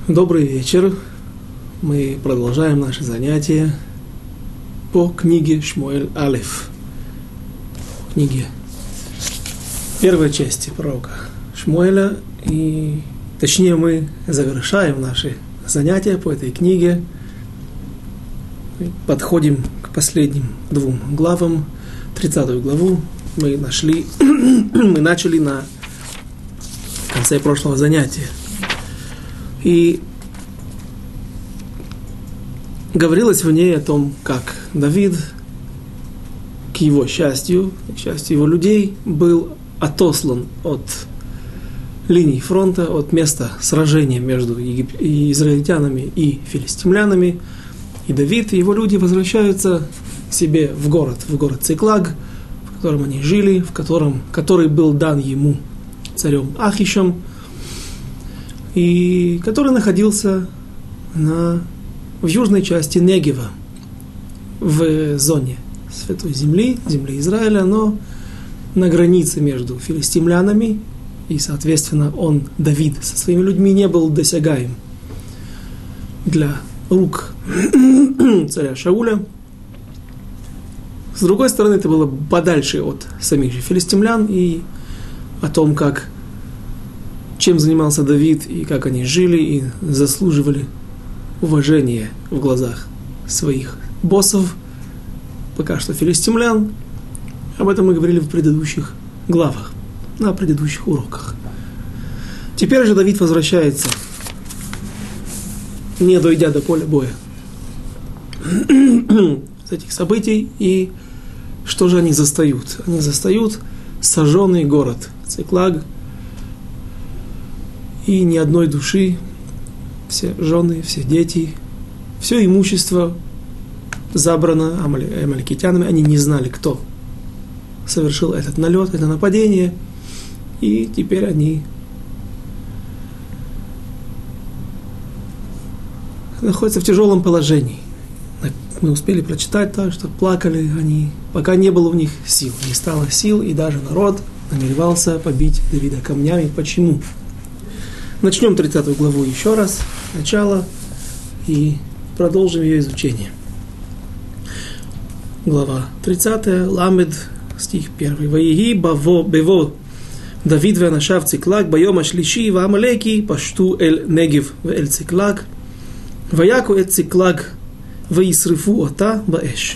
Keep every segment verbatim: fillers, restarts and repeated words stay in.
Добрый вечер. Мы продолжаем наши занятия по книге Шмуэль Алеф. Книге первой части пророка Шмуэля. И точнее мы завершаем наши занятия по этой книге. Подходим к последним двум главам. тридцатую главу мы нашли, мы начали на конце прошлого занятия. И говорилось в ней о том, как Давид, к его счастью, к счастью его людей, был отослан от линии фронта, от места сражения между егип... израильтянами и филистимлянами. И Давид и его люди возвращаются к себе в город, в город Циклаг, в котором они жили, в котором, который был дан ему царем Ахишем, и который находился на, в южной части Негева, в зоне Святой Земли, земли Израиля, но на границе между филистимлянами, и, соответственно, он, Давид, со своими людьми не был досягаем для рук царя Шауля. С другой стороны, это было подальше от самих же филистимлян, и о том, как чем занимался Давид и как они жили и заслуживали уважения в глазах своих боссов, пока что филистимлян. Об этом мы говорили в предыдущих главах, на предыдущих уроках. Теперь же Давид возвращается, не дойдя до поля боя, с этих событий, и что же они застают? Они застают сожженный город Циклаг, и ни одной души, все жены, все дети, все имущество забрано амаликитянами. Они не знали, кто совершил этот налет, это нападение, и теперь они находятся в тяжелом положении. Мы успели прочитать так, что плакали они, пока не было у них сил, не стало сил, и даже народ намеревался побить Давида камнями. Почему? Начнем тридцатую главу еще раз, начало, и продолжим ее изучение. Глава тридцатая, Ламед, стих первый. «Ваиги баво бево Давид веанашав Циклаг байом ашлиши ваамалеки пашту эль Негев вэль Циклаг ваяку эт Циклаг ваисрифу ота баэш».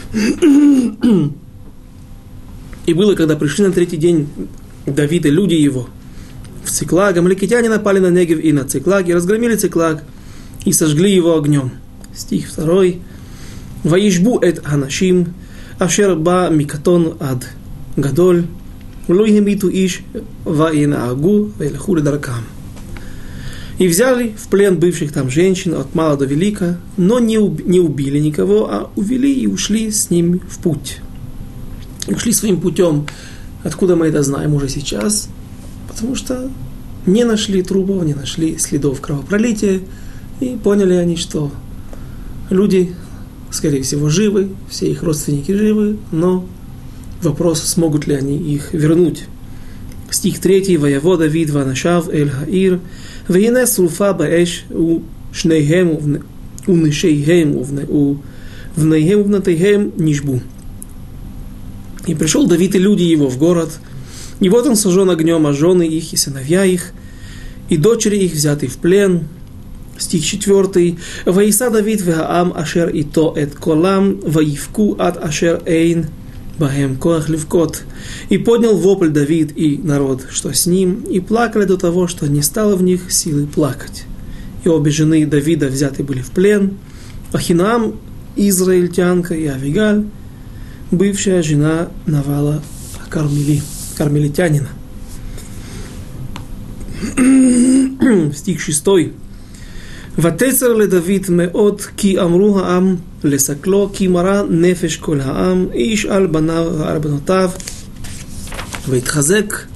И было, когда пришли на третий день Давид и люди его в Циклаг, амаликитяне напали на Негев и на Циклаг, и разгромили Циклаг, и сожгли его огнем. Стих второй. «Ваишбу эт ханашим, ашер ба микатон ад гадоль, влуйхемиту иш ваинаагу вэлхули даркам». И взяли в плен бывших там женщин от мала до велика, но не, уб, не убили никого, а увели и ушли с ним в путь. Ушли своим путем. Откуда мы это знаем уже сейчас? Потому что не нашли трупов, не нашли следов кровопролития, и поняли они, что люди, скорее всего, живы, все их родственники живы, но вопрос, смогут ли они их вернуть. Стих третий. «Ваяво Давид ванашав эль хаир, вейне сруфа баэш у шнейхем у нишейхем у внейхем внатейхем нишбу». И пришел Давид и люди его в город, и вот он сожжен огнем, а жены их и сыновья их, и дочери их взяты в плен. Стих четвертый. «Ваиса Давид вегаам ашер ито эт колам, ваивку ад ашер эйн баhem коах левкот». И поднял вопль Давид и народ, что с ним, и плакали до того, что не стало в них силы плакать. И обе жены Давида взяты были в плен, Ахинаам, израильтянка, и Авигаль, бывшая жена Навала Кармели, кармелитянина. Стих шестой. «Ватецер ле Давид меот ки амру хаам лесакло ки мара нефеш кол хаам иш аль банав ар банотав вейтхазек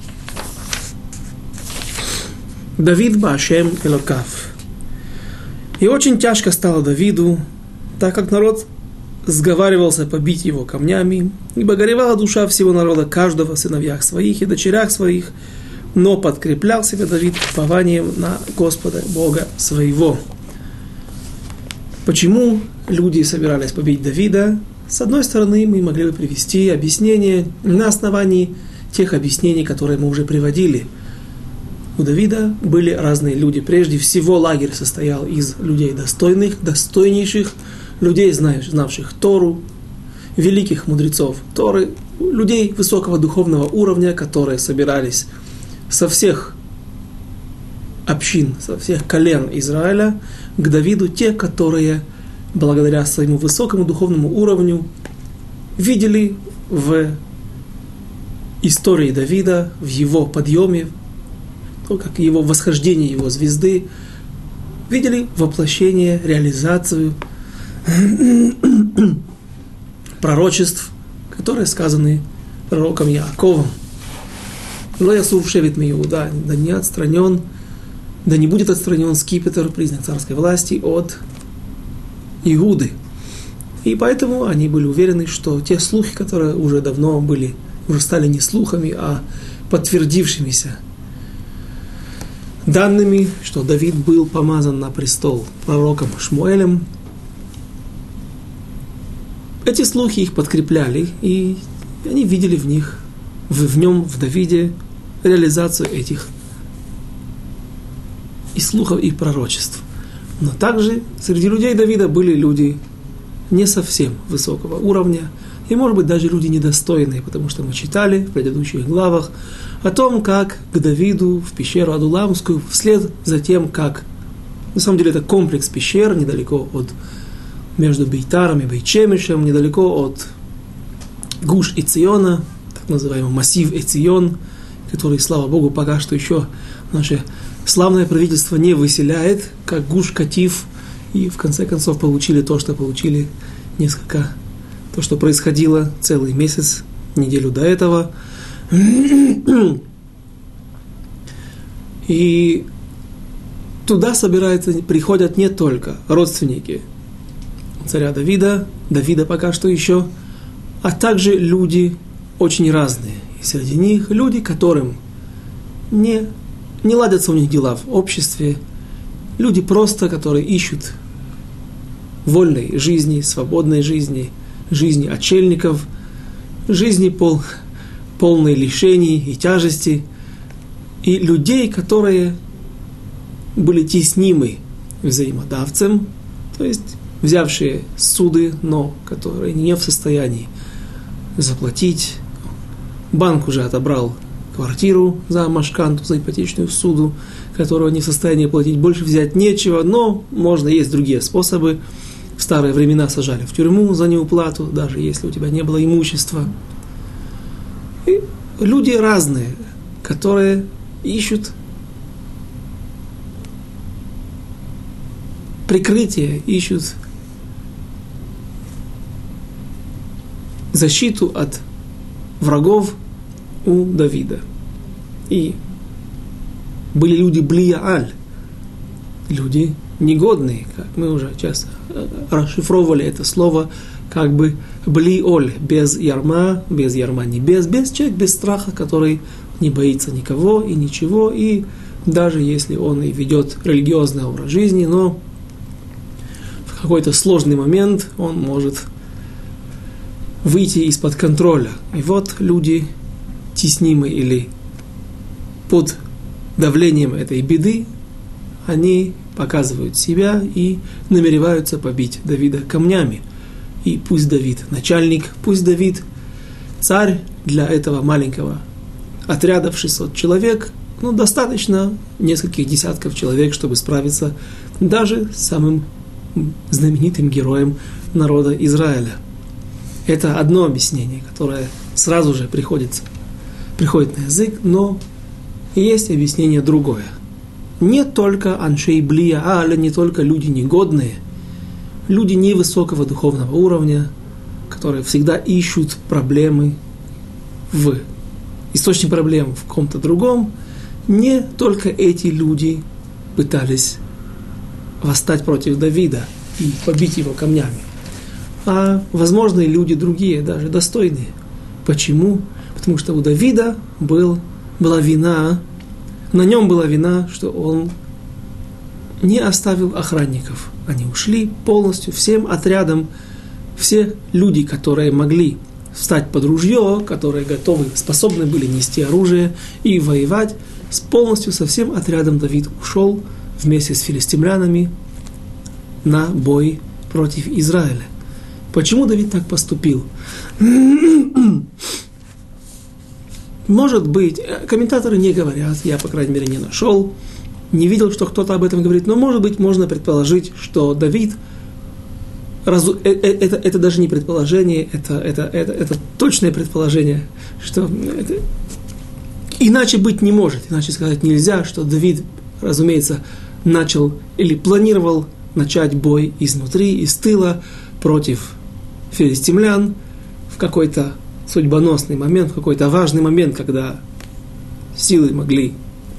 Давид баашем элокав». И очень тяжко стало Давиду, так как народ сговаривался побить его камнями, ибо горевала душа всего народа, каждого в сыновьях своих и дочерях своих, но подкреплял себя Давид упованием на Господа Бога своего. Почему люди собирались побить Давида? С одной стороны, мы могли бы привести объяснение на основании тех объяснений, которые мы уже приводили. У Давида были разные люди. Прежде всего, лагерь состоял из людей достойных, достойнейших, людей, знавших Тору, великих мудрецов Торы, людей высокого духовного уровня, которые собирались со всех общин, со всех колен Израиля к Давиду, те, которые благодаря своему высокому духовному уровню видели в истории Давида, в его подъеме, то, как его восхождение его звезды, видели воплощение, реализацию пророчеств, которые сказаны пророком Яаковом. «Ло ясув шевет меиуда», да не отстранен, да не будет отстранен скипетр, признак царской власти, от Иуды. И поэтому они были уверены, что те слухи, которые уже давно были, уже стали не слухами, а подтвердившимися данными, что Давид был помазан на престол пророком Шмуэлем, эти слухи их подкрепляли, и они видели в них, в, в нем, в Давиде, реализацию этих и слухов, и пророчеств. Но также среди людей Давида были люди не совсем высокого уровня, и, может быть, даже люди недостойные, потому что мы читали в предыдущих главах о том, как к Давиду в пещеру Адулламскую, вслед за тем, как, на самом деле, это комплекс пещер, недалеко от, между Бейтаром и Бейт-Шемешем, недалеко от Гуш-Эциона, так называемый массив Эцион, который, слава Богу, пока что еще наше славное правительство не выселяет, как Гуш-Катиф, и в конце концов получили то, что получили несколько, то, что происходило целый месяц, неделю до этого. И туда собираются, приходят не только родственники царя Давида, Давида пока что еще, а также люди очень разные. И среди них люди, которым не, не ладятся у них дела в обществе, люди просто, которые ищут вольной жизни, свободной жизни, жизни отшельников, жизни пол, полной лишений и тяжести, и людей, которые были теснимы взаимодавцем, то есть взявшие суды, но которые не в состоянии заплатить. Банк уже отобрал квартиру за машканту, за ипотечную суду, которую не в состоянии платить, больше взять нечего, но можно, есть другие способы. В старые времена сажали в тюрьму за неуплату, даже если у тебя не было имущества. И люди разные, которые ищут прикрытие, ищут защиту от врагов у Давида. И были люди блияаль, люди негодные, как мы уже часто расшифровывали это слово, как бы блиоль, без ярма, без ярма небес, без человек без страха, который не боится никого и ничего, и даже если он и ведет религиозный образ жизни, но в какой-то сложный момент он может выйти из-под контроля. И вот люди, теснимы или под давлением этой беды, они показывают себя и намереваются побить Давида камнями. И пусть Давид начальник, пусть Давид царь для этого маленького отряда в шестьсот человек, ну, достаточно нескольких десятков человек, чтобы справиться даже с самым знаменитым героем народа Израиля. Это одно объяснение, которое сразу же приходится, приходит на язык, но есть объяснение другое. Не только аншей блия, а не только люди негодные, люди невысокого духовного уровня, которые всегда ищут проблемы в источник проблем в ком-то другом, не только эти люди пытались восстать против Давида и побить его камнями, а, возможно, и люди другие, даже достойные. Почему? Потому что у Давида был, была вина на нем была вина, что он не оставил охранников. Они ушли полностью, всем отрядом, все люди, которые могли встать под ружье, которые готовы, способны были нести оружие и воевать, с полностью со всем отрядом Давид ушел вместе с филистимлянами на бой против Израиля. Почему Давид так поступил? Может быть, комментаторы не говорят, я, по крайней мере, не нашел, не видел, что кто-то об этом говорит, но, может быть, можно предположить, что Давид, разу, это, это даже не предположение, это, это, это, это точное предположение, что это, иначе быть не может, иначе сказать нельзя, что Давид, разумеется, начал или планировал начать бой изнутри, из тыла против филистимлян в какой-то судьбоносный момент, в какой-то важный момент, когда силы могли,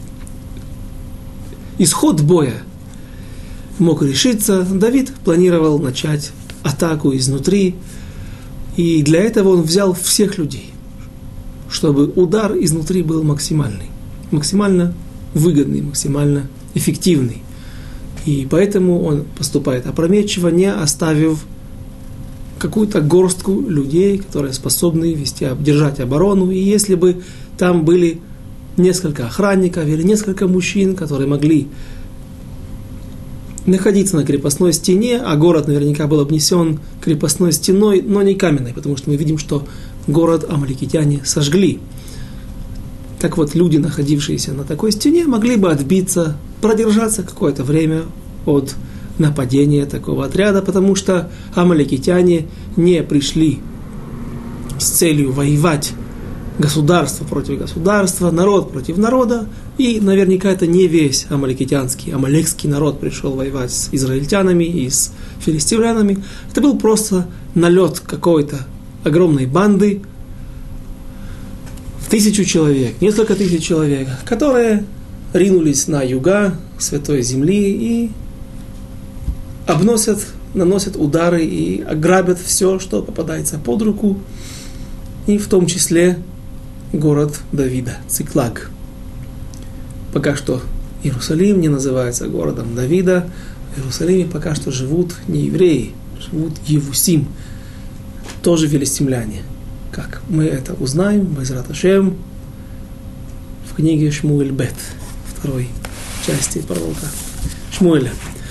исход боя мог решиться, Давид планировал начать атаку изнутри, и для этого он взял всех людей, чтобы удар изнутри был максимальный, максимально выгодный, максимально эффективный. И поэтому он поступает опрометчиво, не оставив какую-то горстку людей, которые способны вести, держать оборону. И если бы там были несколько охранников или несколько мужчин, которые могли находиться на крепостной стене, а город наверняка был обнесен крепостной стеной, но не каменной, потому что мы видим, что город амаликитяне сожгли. Так вот, люди, находившиеся на такой стене, могли бы отбиться, продержаться какое-то время от нападения такого отряда, потому что амаликитяне не пришли с целью воевать государство против государства, народ против народа, и наверняка это не весь амаликитянский, амалекский народ пришел воевать с израильтянами и с филистимлянами. Это был просто налет какой-то огромной банды в тысячу человек, несколько тысяч человек, которые ринулись на юга Святой Земли и обносят, наносят удары и ограбят все, что попадается под руку, и в том числе город Давида, Циклаг. Пока что Иерусалим не называется городом Давида, в Иерусалиме пока что живут не евреи, живут Евусим, тоже филистимляне. Как мы это узнаем, Безрат Ашем, в книге Шмуэль Бет, второй части пророка Шмуэля.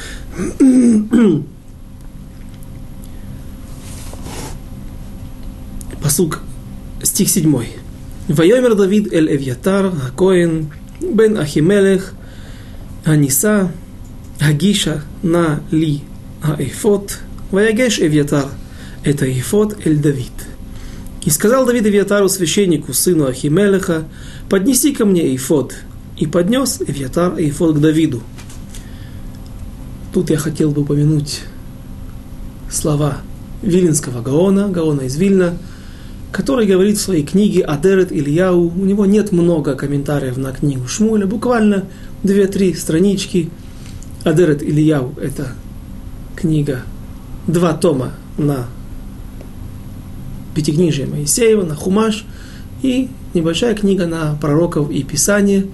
Пасук, стих седьмой. Вайомер Давид эль Эвьятар, Акоэн, бен Ахимелех, Аниса, Агиша на ли Аэфот, Ваягеш Эвьятар, это Эфот эль Давид. И сказал Давид Эвьятару, священнику, сыну Ахимелеха, поднеси ко мне Эфот. И поднес Эвьятар Эфот к Давиду. Тут я хотел бы упомянуть слова виленского Гаона, Гаона из Вильна, который говорит в своей книге Адерет Ильяу. У него нет много комментариев на книгу Шмуэля, буквально две-три странички. Адерет Ильяу – это книга, два тома на Пятикнижие Моисеева, на Хумаш, и небольшая книга на пророков и Писание.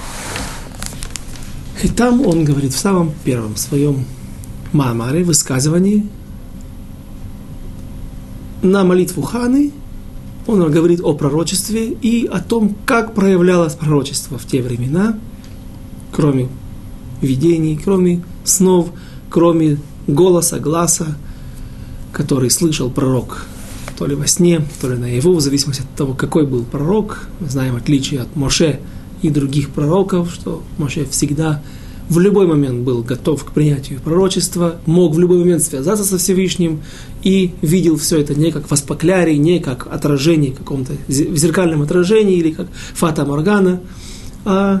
И там он говорит в самом первом своем маамаре, высказывании, на молитву Ханы, он говорит о пророчестве и о том, как проявлялось пророчество в те времена, кроме видений, кроме снов, кроме голоса, гласа, который слышал пророк, то ли во сне, то ли наяву, в зависимости от того, какой был пророк. Мы знаем отличие от Моше и других пророков, что Моше всегда в любой момент был готов к принятию пророчества, мог в любой момент связаться со Всевышним и видел все это не как воспоклярий, не как отражение, в каком-то зеркальном отражении или как фата моргана, а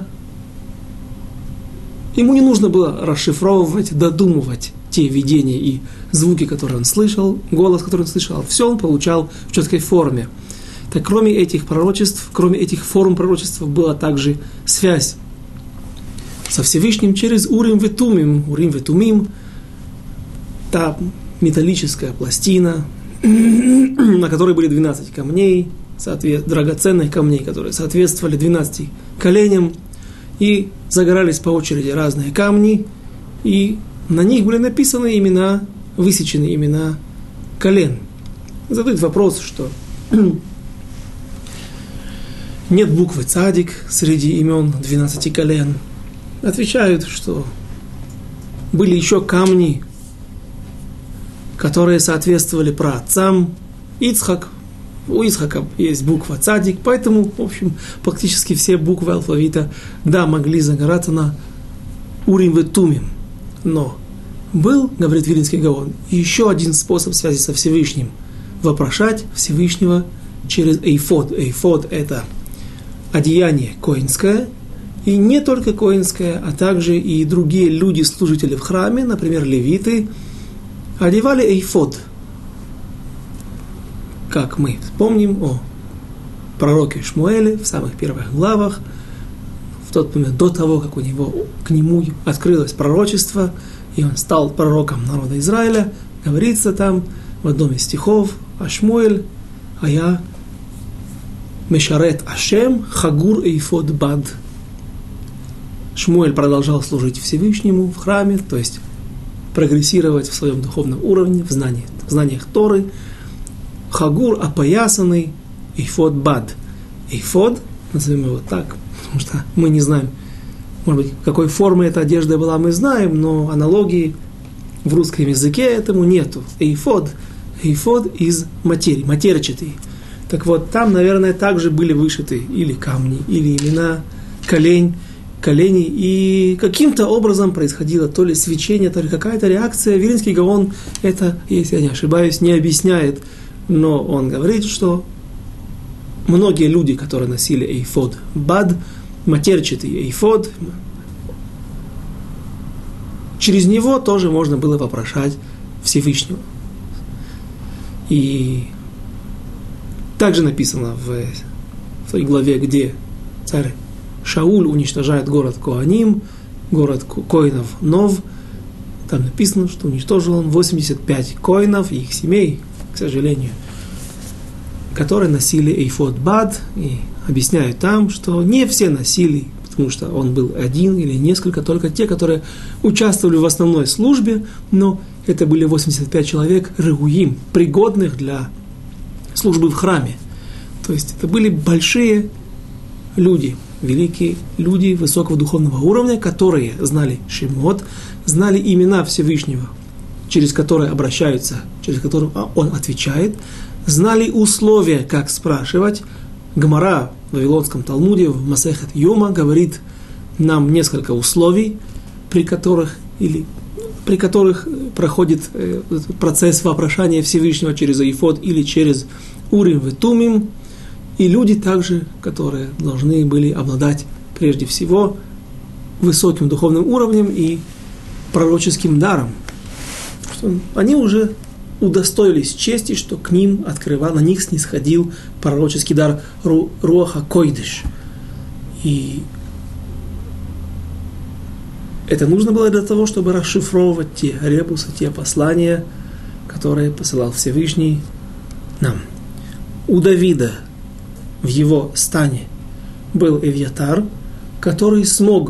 ему не нужно было расшифровывать, додумывать те видения и звуки, которые он слышал, голос, который он слышал, все он получал в четкой форме. Так кроме этих пророчеств, кроме этих форм пророчества, была также связь со Всевышним через Урим ве Тумим, Урим ве Тумим, та металлическая пластина, на которой были двенадцать камней, драгоценных камней, которые соответствовали двенадцати коленям. и загорались по очереди разные камни, и на них были написаны имена, высечены имена колен. Задают вопрос, что нет буквы цадик среди имен двенадцати колен. Отвечают, что были еще камни, которые соответствовали праотцам. Ицхак, у Ицхака есть буква цадик, поэтому, в общем, практически все буквы алфавита, да, могли загораться на Урим и Тумим. Но был, говорит Вилинский Гаон, еще один способ связи со Всевышним – вопрошать Всевышнего через эйфод. Эйфод – это одеяние коинское, и не только коинское, а также и другие люди, служители в храме, например, левиты, одевали эйфод. Как мы помним о пророке Шмуэле в самых первых главах, в тот момент до того, как у него, к нему открылось пророчество, и он стал пророком народа Израиля, говорится там в одном из стихов: «А Шмуэль, а я мешарет Ашем хагур эйфод бад». Шмуэль продолжал служить Всевышнему в храме, то есть прогрессировать в своем духовном уровне, в знаниях, в знаниях Торы. Хагур опоясанный эйфод бад. Эйфод, назовем его так, потому что мы не знаем, может быть, какой формы эта одежда была, мы знаем, но аналогии в русском языке этому нету. Эйфод, эйфод из материи, матерчатый. Так вот, там, наверное, также были вышиты или камни, или имена колень, коленей, и каким-то образом происходило то ли свечение, то ли какая-то реакция. Вилинский Гаон это, если я не ошибаюсь, не объясняет, но он говорит, что многие люди, которые носили эйфод бад, матерчатый эйфод, через него тоже можно было вопрошать Всевышнего. И также написано в, в той главе, где царь Шауль уничтожает город Коаним, город коинов Нов. Там написано, что уничтожил он восемьдесят пять коинов и их семей, к сожалению, которые носили эйфод бад. И объясняют там, что не все носили, потому что он был один или несколько, только те, которые участвовали в основной службе, но это были восемьдесят пять человек регуим, пригодных для службы в храме. То есть это были большие люди, великие люди высокого духовного уровня, которые знали шемот, знали имена Всевышнего, через которые обращаются, через которые он отвечает, знали условия, как спрашивать. Гемара в Вавилонском Талмуде, в Масехет Йома, говорит нам несколько условий, при которых, или, при которых проходит э, процесс вопрошания Всевышнего через эйфод или через Урим и Тумим. И люди также, которые должны были обладать прежде всего высоким духовным уровнем и пророческим даром. Что они уже удостоились чести, что к ним открывал, на них снисходил пророческий дар Ру, Руаха Койдыш. И это нужно было для того, чтобы расшифровывать те ребусы, те послания, которые посылал Всевышний нам. У Давида в его стане был Эвьятар, который смог,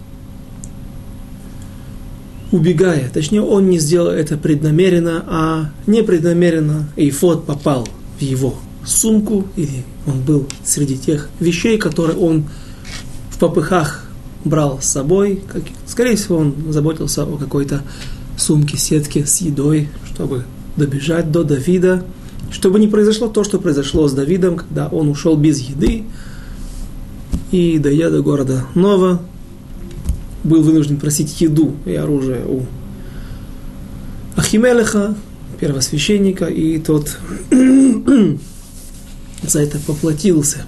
убегая, точнее, он не сделал это преднамеренно, а непреднамеренно эйфод попал в его сумку, или он был среди тех вещей, которые он в попыхах брал с собой. Как, скорее всего, он заботился о какой-то сумке, сетке с едой, чтобы добежать до Давида, чтобы не произошло то, что произошло с Давидом, когда он ушел без еды и, дойдя до города Нова, был вынужден просить еду и оружие у Ахимелеха, первосвященника, и тот за это поплатился.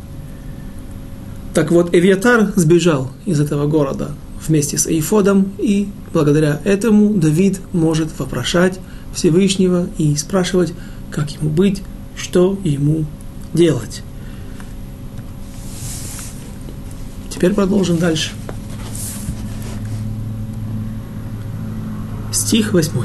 Так вот, Эвьятар сбежал из этого города вместе с эйфодом, и благодаря этому Давид может вопрошать Всевышнего и спрашивать, как ему быть, что ему делать. Теперь продолжим дальше. Стих восьмой.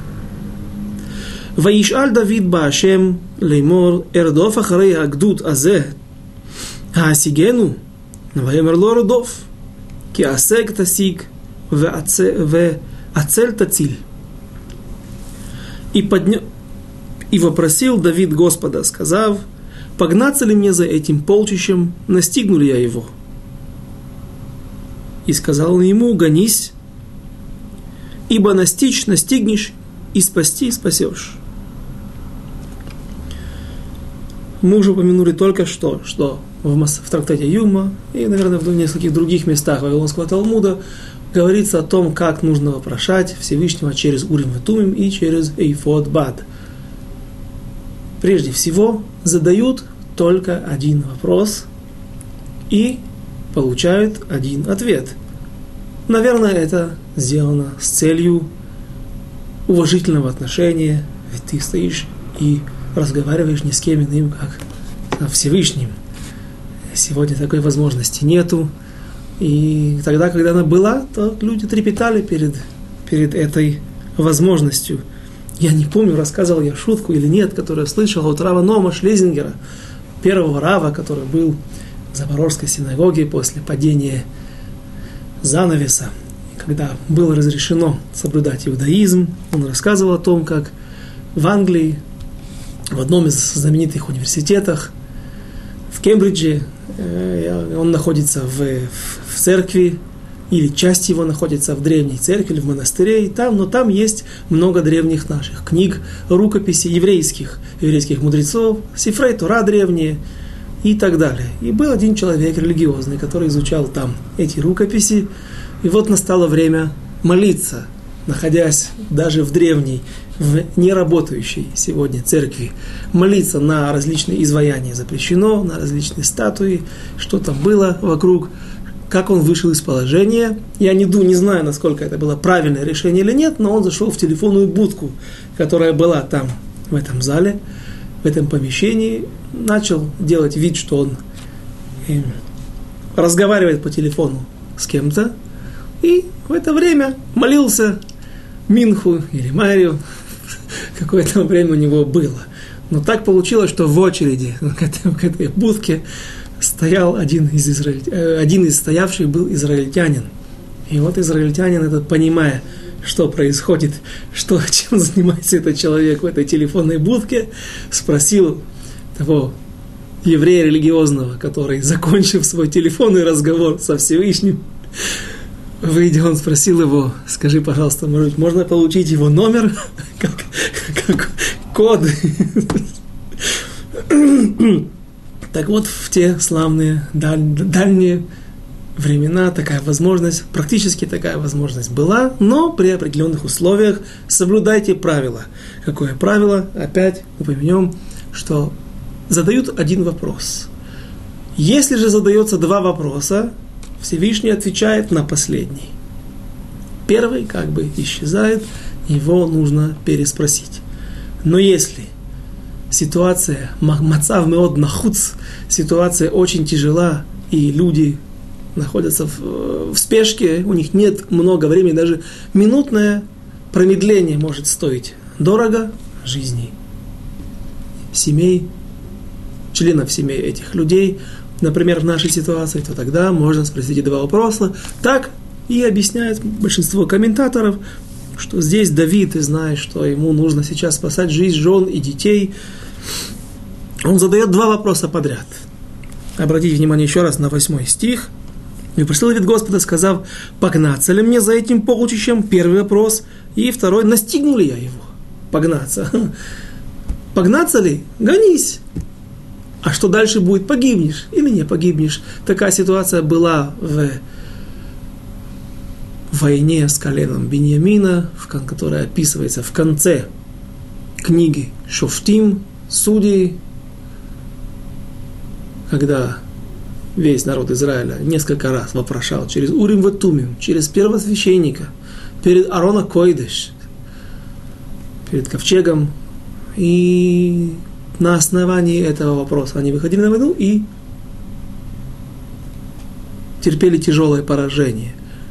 וישאל דוד בהשם לאמור ארדוף אחרי הגדוד הזה ההשיגנו ויאמר לו רדוף ки асег тасиг ве ацель тациль. И, подня... и вопросил Давид Господа, сказав: погнаться ли мне за этим полчищем, настигну ли я его? И сказал он ему: гонись, ибо настичь настигнешь, и спасти спасешь. Мы уже упомянули только что, что в, в трактате Юма и, наверное, в нескольких других местах Вавилонского Талмуда говорится о том, как нужно вопрошать Всевышнего через Урим и Тумим и через Эйфод Бад. Прежде всего, задают только один вопрос и получают один ответ. Наверное, это сделано с целью уважительного отношения, ведь ты стоишь и разговариваешь не с кем иным, как со Всевышним. Сегодня такой возможности нету. И тогда, когда она была, то люди трепетали перед, перед этой возможностью. Я не помню, рассказывал я шутку или нет, которую я слышал от рава Ноама Шлезингера, первого рава, который был в Запорожской синагоге после падения занавеса. И когда было разрешено соблюдать иудаизм, он рассказывал о том, как в Англии, в одном из знаменитых университетов, в Кембридже, он находится в, в, в церкви, или часть его находится в древней церкви, или в монастыре, и там, но там есть много древних наших книг, рукописей еврейских, еврейских мудрецов, сифрей Тора древние и так далее. И был один человек религиозный, который изучал там эти рукописи, и вот настало время молиться, находясь даже в древней, в неработающей сегодня церкви. Молиться на различные изваяния запрещено, на различные статуи, что там было вокруг, как он вышел из положения. Я не, не знаю, насколько это было правильное решение или нет, но он зашел в телефонную будку, которая была там, в этом зале, в этом помещении, начал делать вид, что он э, разговаривает по телефону с кем-то, и в это время молился Минху или Марию. Какое-то время у него было. Но так получилось, что в очереди к этой, к этой будке стоял один из, израиль... один из стоявших был израильтянин. И вот израильтянин этот, понимая, что происходит, что, чем занимается этот человек в этой телефонной будке, спросил того еврея религиозного, который, закончив свой телефонный разговор со Всевышним, выйдя, он спросил его: скажи, пожалуйста, может быть, можно получить его номер, как, как код? Так вот, в те славные даль, дальние времена такая возможность, практически такая возможность была, но при определенных условиях. Соблюдайте правила. Какое правило? Опять упомянем, что задают один вопрос. Если же задается два вопроса, Всевышний отвечает на последний. Первый как бы исчезает, его нужно переспросить. Но если ситуация мацав меод нахуц, ситуация очень тяжела, и люди находятся в, в спешке, у них нет много времени, даже минутное промедление может стоить дорого жизни семей, членов семей этих людей, например, в нашей ситуации, то тогда можно спросить два вопроса. Так и объясняет большинство комментаторов, что здесь Давид, и знает, что ему нужно сейчас спасать жизнь жен и детей. Он задает два вопроса подряд. Обратите внимание еще раз на восьмой стих. «И просил Давид Господа, сказав: погнаться ли мне за этим полчищем?» Первый вопрос. И второй: настигну ли я его? Погнаться. Погнаться ли? Гонись. А что дальше будет? Погибнешь или не погибнешь? Такая ситуация была в войне с коленом Биньямина, которая описывается в конце книги Шофтим, Судей, когда весь народ Израиля несколько раз вопрошал через Урим и Тумим, через первосвященника, перед Арона Койдеш, перед ковчегом, и на основании этого вопроса они выходили на войну и терпели тяжелое поражение.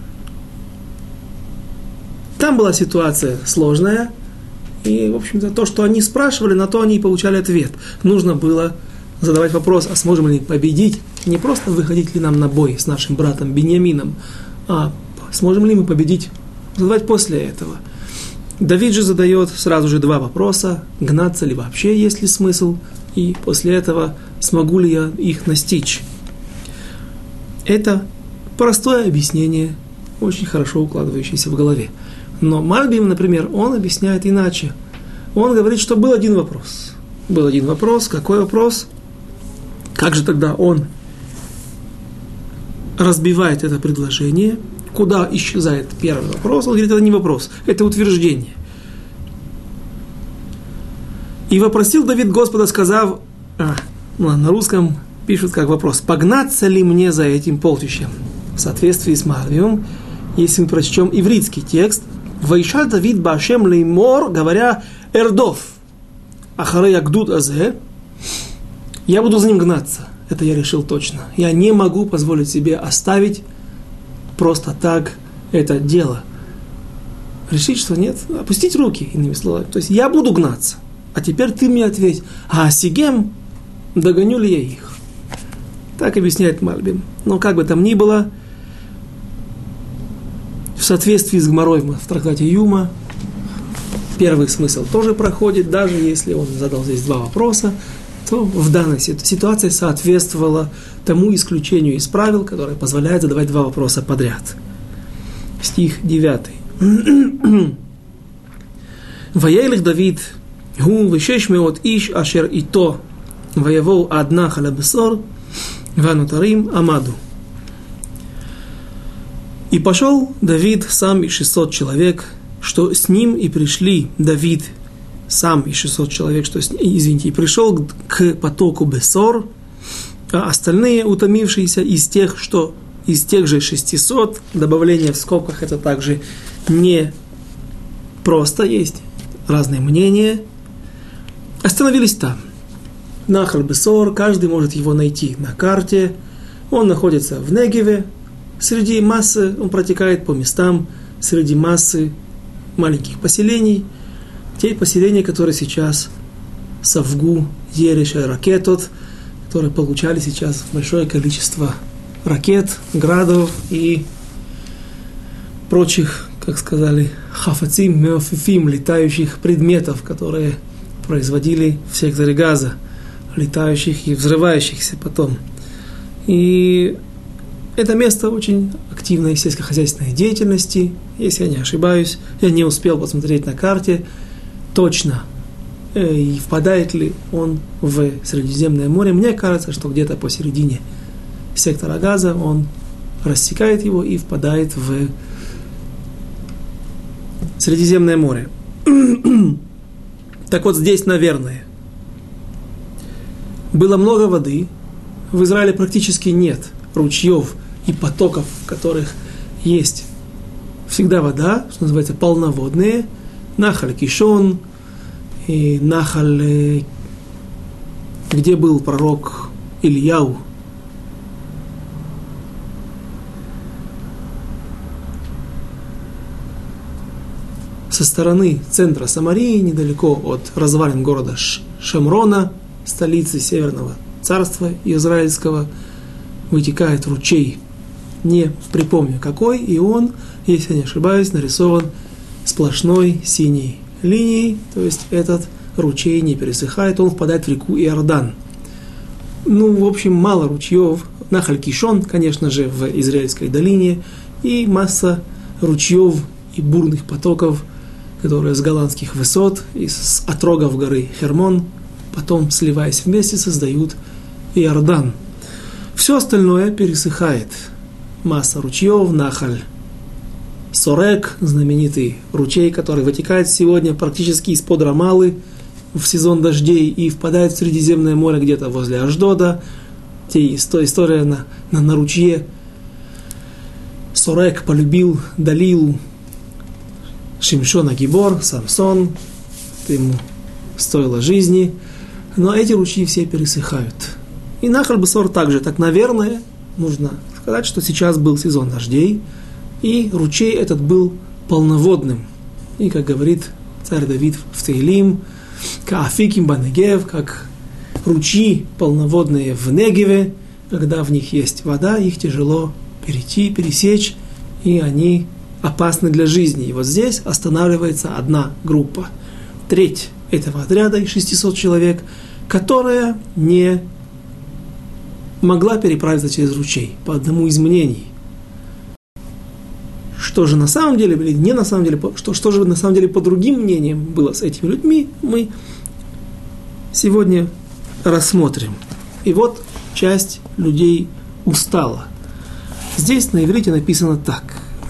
Там была ситуация сложная, и, в общем-то, то, что они спрашивали, на то они и получали ответ. Нужно было задавать вопрос, а сможем ли победить, не просто выходить ли нам на бой с нашим братом Биньямином, а сможем ли мы победить, задавать после этого. Давид же задает сразу же два вопроса: гнаться ли вообще, есть ли смысл, и после этого смогу ли я их настичь. Это простое объяснение, очень хорошо укладывающееся в голове. Но Мальбим, например, он объясняет иначе. Он говорит, что был один вопрос. Был один вопрос. Какой вопрос? Как же тогда он разбивает это предложение? Куда исчезает первый вопрос? Он говорит, это не вопрос, это утверждение. И вопросил Давид Господа, сказав, а, ну, на русском пишут как вопрос: погнаться ли мне за этим полчищем? В соответствии с Мальбимом, если мы прочтем ивритский текст, «Вайша Давид башем леймор», говоря «Эрдов», «Ахарей агдуд азе», я буду за ним гнаться. Это я решил точно. Я не могу позволить себе оставить просто так это дело. Решить, что нет, опустить руки, иными словами. То есть я буду гнаться. А теперь ты мне ответь, а Сигем, догоню ли я их? Так объясняет Мальбим. Но как бы там ни было, в соответствии с Гмарой в трактате Юма, первый смысл тоже проходит, даже если он задал здесь два вопроса, то в данной ситуации соответствовало тому исключению из правил, которое позволяет задавать два вопроса подряд. Стих девятый. «Ваейлих Давид, гу вешеш меот иш ашер ито, ваявоу адна халабесор, ванутарим амаду». И пошел Давид сам и шестьсот человек, что с ним и пришли Давид сам и шестьсот человек, что с ним, извините, и пришел к потоку Бесор, а остальные, утомившиеся из тех, что из тех же шестисот, добавление в скобках, это также не просто, есть разные мнения, остановились там. Нахал Бесор, каждый может его найти на карте, он находится в Негеве, среди массы, он протекает по местам, среди массы маленьких поселений, те поселения, которые сейчас Савгу, Ереша, Ракетот, которые получали сейчас большое количество ракет, градов и прочих, как сказали, хафацим, меофифим, летающих предметов, которые производили в секторе Газа, летающих и взрывающихся потом. И это место очень активной сельскохозяйственной деятельности, если я не ошибаюсь. Я не успел посмотреть на карте точно, э, и впадает ли он в Средиземное море. Мне кажется, что где-то посередине сектора Газа он рассекает его и впадает в Средиземное море. Так вот здесь, наверное, было много воды. В Израиле практически нет ручьев и потоков, в которых есть всегда вода, что называется полноводные. Нахаль Кишон и Нахаль, где был пророк Ильяу. Со стороны центра Самарии, недалеко от развалин города Шамрона, столицы Северного царства израильского, вытекает ручей. Не припомню какой, и он, если не ошибаюсь, нарисован сплошной синей линией, то есть этот ручей не пересыхает, он впадает в реку Иордан. Ну, в общем, мало ручьев. Нахаль Кишон, конечно же, в Израильской долине, и масса ручьев и бурных потоков, которые с голландских высот, из отрогов горы Хермон, потом, сливаясь вместе, создают Иордан. Все остальное пересыхает. Масса ручьев, Нахаль Сорек, знаменитый ручей, который вытекает сегодня практически из-под Рамалы в сезон дождей и впадает в Средиземное море где-то возле Ашдода. История на, на, на ручье. Сорек полюбил Далилу Шимшона Гибор, Самсон, это ему стоило жизни. Но эти ручьи все пересыхают. И Нахаль Бесор также. Так, наверное, нужно сказать, что сейчас был сезон дождей, и ручей этот был полноводным. И, как говорит царь Давид в Теилим, «Каафиким банегев», как ручьи полноводные в Негеве, когда в них есть вода, их тяжело перейти, пересечь, и они опасны для жизни. И вот здесь останавливается одна группа. Треть этого отряда из шестисот человек, которая не могла переправиться через ручей по одному из мнений. Что же на самом деле, или не на самом деле, что, что же на самом деле по другим мнениям было с этими людьми, мы сегодня рассмотрим. И вот часть людей устала. Здесь на иврите написано так.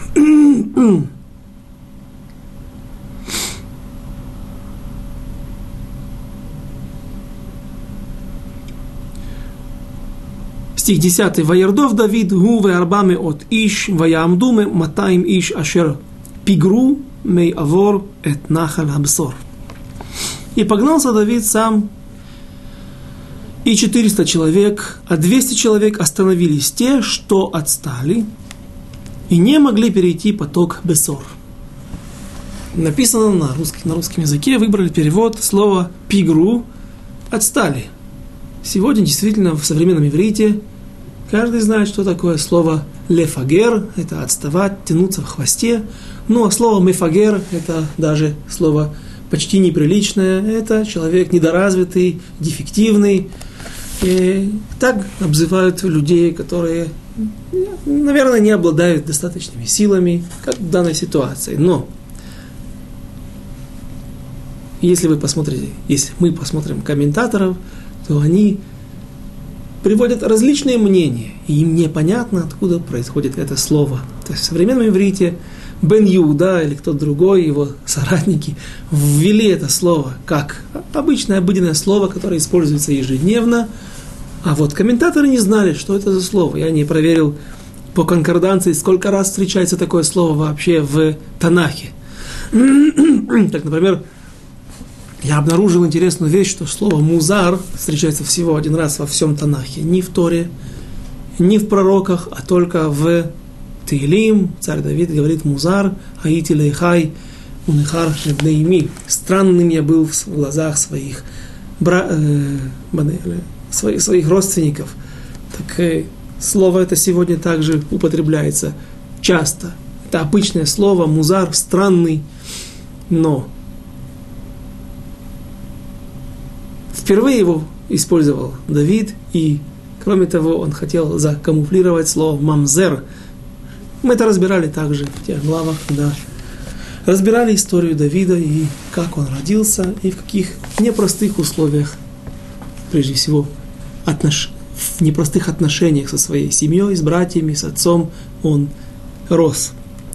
Стих десятый. «Ваердов Давид гу веарбаме от иш, ваямдуме матаим иш ашер пигру мей авор эт нахаль абсор». И погнался Давид сам и четыреста человек, а двести человек остановились те, что отстали, и не могли перейти поток Бесор. Написано на русском, на русском языке, выбрали перевод слова «пигру» – «отстали». Сегодня действительно в современном иврите каждый знает, что такое слово «лефагер» – это «отставать», «тянуться в хвосте». Ну, а слово «мефагер» – это даже слово почти неприличное, это человек недоразвитый, дефективный. И так обзывают людей, которые, наверное, не обладают достаточными силами, как в данной ситуации. Но если вы посмотрите, если мы посмотрим комментаторов, то они приводят различные мнения, и им непонятно, откуда происходит это слово. То есть в современном иврите Бен Иуда или кто-то другой, его соратники, ввели это слово как обычное обыденное слово, которое используется ежедневно, а вот комментаторы не знали, что это за слово. Я не проверил по конкорданции, сколько раз встречается такое слово вообще в Танахе. Так, например, я обнаружил интересную вещь, что слово «музар» встречается всего один раз во всем Танахе. Не в Торе, не в пророках, а только в Теилим. Царь Давид говорит «музар, аити лейхай, унихар шебнеими». Странным я был в глазах своих, бра... э... своих, своих родственников. Так э... слово это сегодня также употребляется часто. Это обычное слово «музар», странный, но впервые его использовал Давид, и, кроме того, он хотел закамуфлировать слово «мамзер». Мы это разбирали также в тех главах, когда разбирали историю Давида и как он родился, и в каких непростых условиях, прежде всего, отнош... в непростых отношениях со своей семьей, с братьями, с отцом он рос.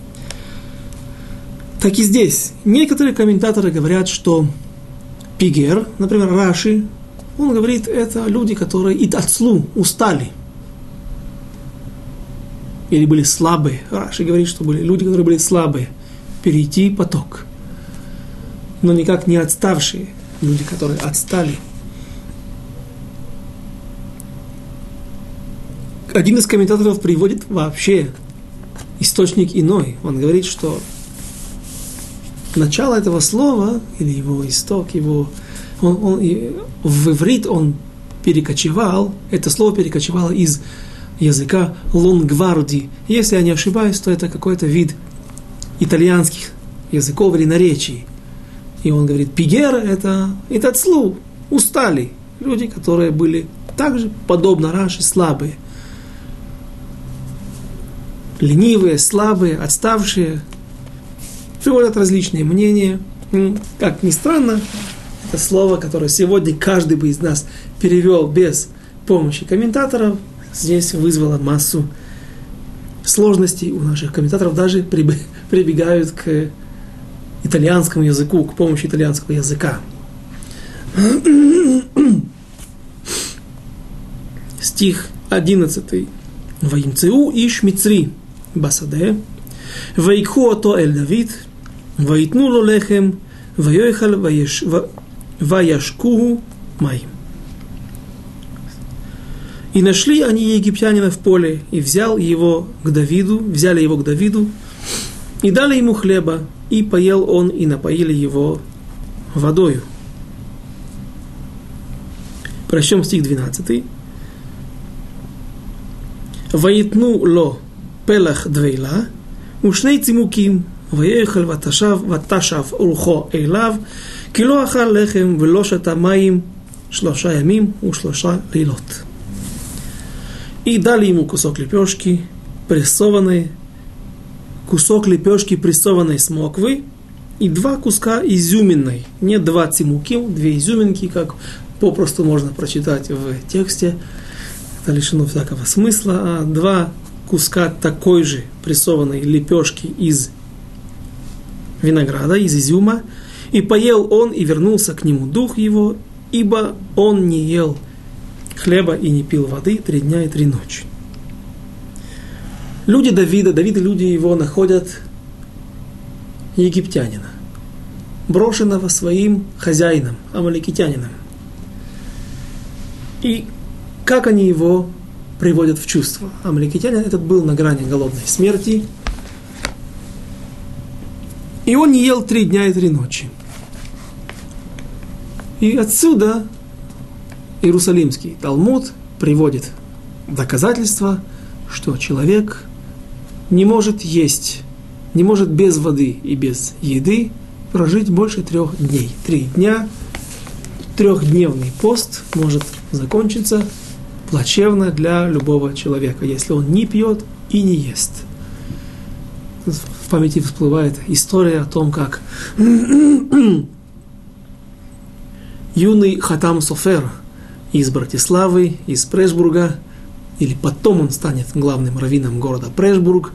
Так и здесь. Некоторые комментаторы говорят, что Пигер, например, Раши, он говорит, это люди, которые и отцлу устали. Или были слабые. Раши говорит, что были люди, которые были слабые. Перейти поток. Но никак не отставшие. Люди, которые отстали. Один из комментаторов приводит вообще источник иной. Он говорит, что начало этого слова, или его исток, его, он, он, в иврит он перекочевал, это слово перекочевало из языка лонгварди. Если я не ошибаюсь, то это какой-то вид итальянских языков или наречий. И он говорит, пигер это итацлу, устали. Люди, которые были также, подобно Раши, слабые. Ленивые, слабые, отставшие. Приводят различные мнения. Как ни странно, это слово, которое сегодня каждый бы из нас перевел без помощи комментаторов, здесь вызвало массу сложностей у наших комментаторов. Даже прибегают к итальянскому языку, к помощи итальянского языка. Стих одиннадцатый. «Ваимцеу иш мицри басаде, ваикху ото эль Давид, ваитну ло лехем, ваёйхал ваяшкуху маим». И нашли они египтянина в поле, и взял его к Давиду, взяли его к Давиду, и дали ему хлеба, и поел он, и напоили его водою. Прочтем стих двенадцатый. «Ваитну ло пелах двейла, ушней цимуким, ваехал ваташав, ваташав урхо эйлав, кило ахал лехем, вело шата маим, шлоша ямим, ушлоша лилот. И дали ему кусок лепешки, прессованной, кусок лепешки, прессованной с моквы, и два куска изюминной. Не два цимуким, две изюминки, как попросту можно прочитать в тексте. Это лишено всякого смысла. А два куска такой же прессованной лепешки из винограда, из изюма. И поел он, и вернулся к нему дух его, ибо он не ел хлеба и не пил воды три дня и три ночи. Люди Давида, Давид и люди его находят египтянина, брошенного своим хозяином, амаликитянином. И как они его приводят в чувство? Амаликитянин этот был на грани голодной смерти, и он не ел три дня и три ночи. И отсюда Иерусалимский Талмуд приводит доказательство, что человек не может есть, не может без воды и без еды прожить больше трех дней. Три дня, трехдневный пост может закончиться плачевно для любого человека, если он не пьет и не ест. В памяти всплывает история о том, как юный Хатам Софер из Братиславы, из Прешбурга, или потом он станет главным раввином города Прешбург.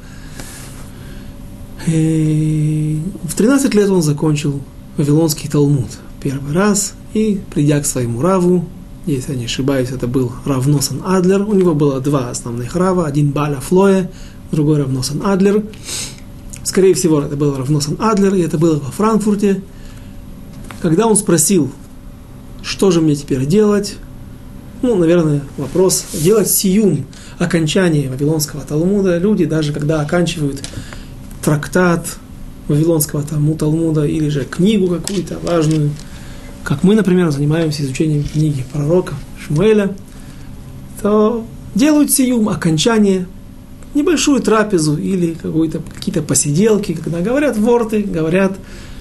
И в тринадцать лет он закончил Вавилонский Талмуд первый раз, и, придя к своему раву, если я не ошибаюсь, это был Рав Носан Адлер, у него было два основных рава, один Баля Флоя, другой Рав Носан Адлер. Скорее всего, это был Рав Носан Адлер, и это было во Франкфурте. Когда он спросил, что же мне теперь делать, ну, наверное, вопрос делать сиюм, окончание Вавилонского Талмуда. Люди, даже когда оканчивают трактат Вавилонского Талмуда или же книгу какую-то важную, как мы, например, занимаемся изучением книги пророка Шмуэля, то делают сиюм, окончание, небольшую трапезу или какую-то, какие-то посиделки, когда говорят ворты, говорят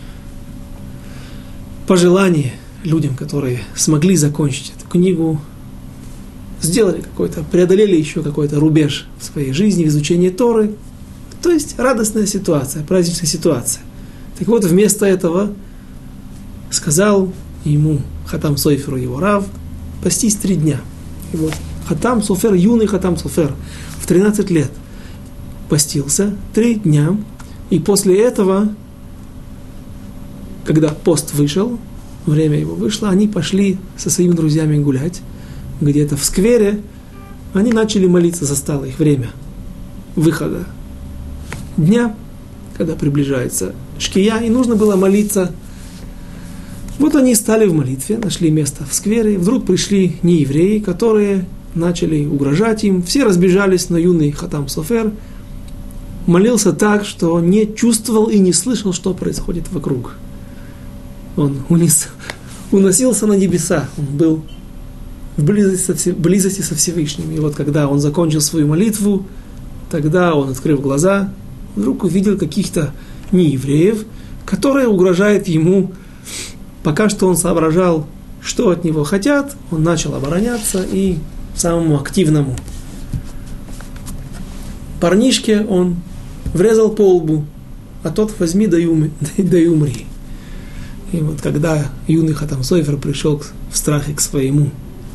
пожелания людям, которые смогли закончить эту книгу, сделали какой-то, преодолели еще какой-то рубеж в своей жизни, в изучении Торы. То есть радостная ситуация, праздничная ситуация. Так вот, вместо этого сказал ему Хатам Соферу, его рав, постись три дня. И вот Хатам Софер, юный Хатам Софер, в тринадцать лет постился три дня, и после этого, когда пост вышел, время его вышло, они пошли со своими друзьями гулять, где-то в сквере, они начали молиться, застало их время выхода дня, когда приближается шкия, и нужно было молиться. Вот они стали в молитве, нашли место в сквере, и вдруг пришли неевреи, которые начали угрожать им, все разбежались, но юный Хатам Софер молился так, что не чувствовал и не слышал, что происходит вокруг. Он унес, уносился на небеса, он был в близости со, близости со Всевышним. И вот когда он закончил свою молитву, тогда он, открыв глаза, вдруг увидел каких-то неевреев, которые угрожают ему. Пока что он соображал, что от него хотят, он начал обороняться, и самому активному парнишке он врезал по лбу, а тот возьми да и умри. И вот когда юный Хатам Софер пришел в страхе к своему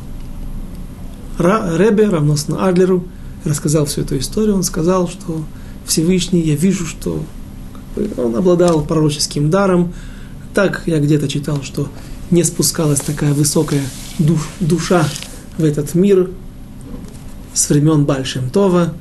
Ребе, Рав Носан Адлеру, рассказал всю эту историю, он сказал, что Всевышний, я вижу, что он обладал пророческим даром. Так я где-то читал, что не спускалась такая высокая душ, душа в этот мир с времен Бааль Шем Това.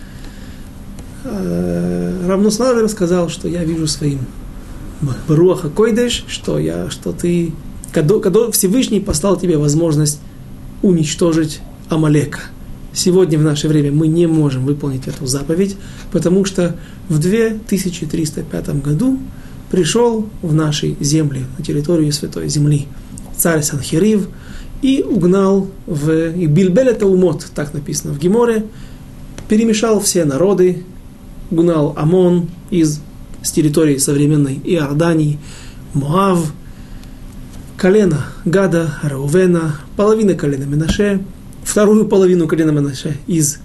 Рав Носан Адлер сказал, что я вижу своим Руаха Койдеш, что я, что ты, когда, когда Всевышний послал тебе возможность уничтожить Амалека. Сегодня, в наше время, мы не можем выполнить эту заповедь, потому что в две тысячи триста пятом году пришел в наши земли, на территорию Святой Земли, царь Санхерив, и угнал в Билбель это умот, так написано в Геморе, перемешал все народы, угнал Амон из, с территории современной Иордании, Моав, колено Гада, Реувена, половина колена Менаше, вторую половину колена Менаше из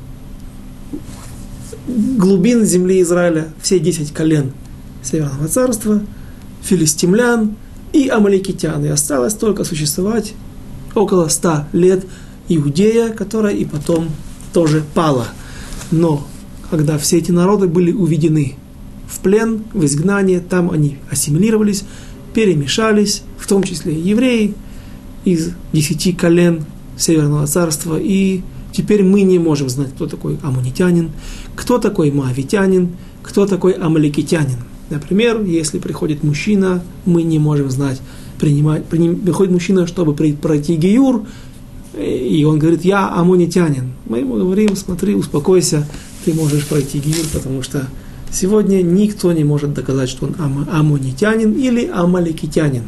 глубин земли Израиля, все десять колен Северного царства, филистимлян и амаликитян. И осталось только существовать около ста лет Иудея, которая и потом тоже пала. Но когда все эти народы были уведены в плен, в изгнание, там они ассимилировались, перемешались, в том числе и евреи из десяти колен Северного царства, и теперь мы не можем знать, кто такой аммонитянин, кто такой моавитянин, кто такой амаликитянин. Например, если приходит мужчина, мы не можем знать, принимать, приходит мужчина, чтобы пройти гиюр, и он говорит: я аммонитянин. Мы ему говорим: смотри, успокойся, ты можешь пройти гиюр, потому что сегодня никто не может доказать, что он ам- аммонитянин или амаликитянин.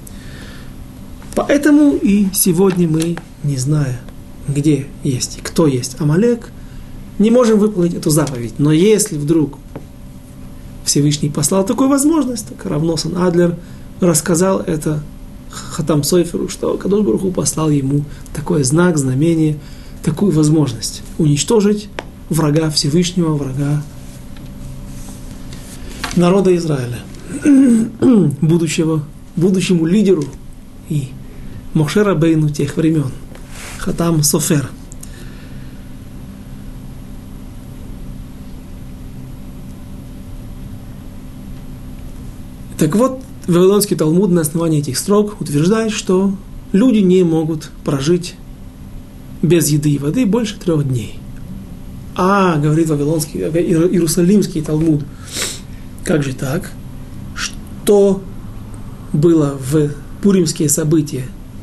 Поэтому и сегодня мы, не зная, где есть и кто есть Амалек, не можем выполнить эту заповедь. Но если вдруг Всевышний послал такую возможность, так Рав Носон Адлер рассказал это Хатам Сойферу, что Кадош Барух Ху послал ему такой знак, знамение, такую возможность уничтожить врага Всевышнего, врага народа Израиля, будущего, будущему лидеру и Моше Рабейну тех времен, Хатам Софер. Так вот, Вавилонский Талмуд на основании этих строк утверждает, что люди не могут прожить без еды и воды больше трех дней. А, говорит Вавилонский, Иерусалимский Талмуд, как же так? Что было в пуримские события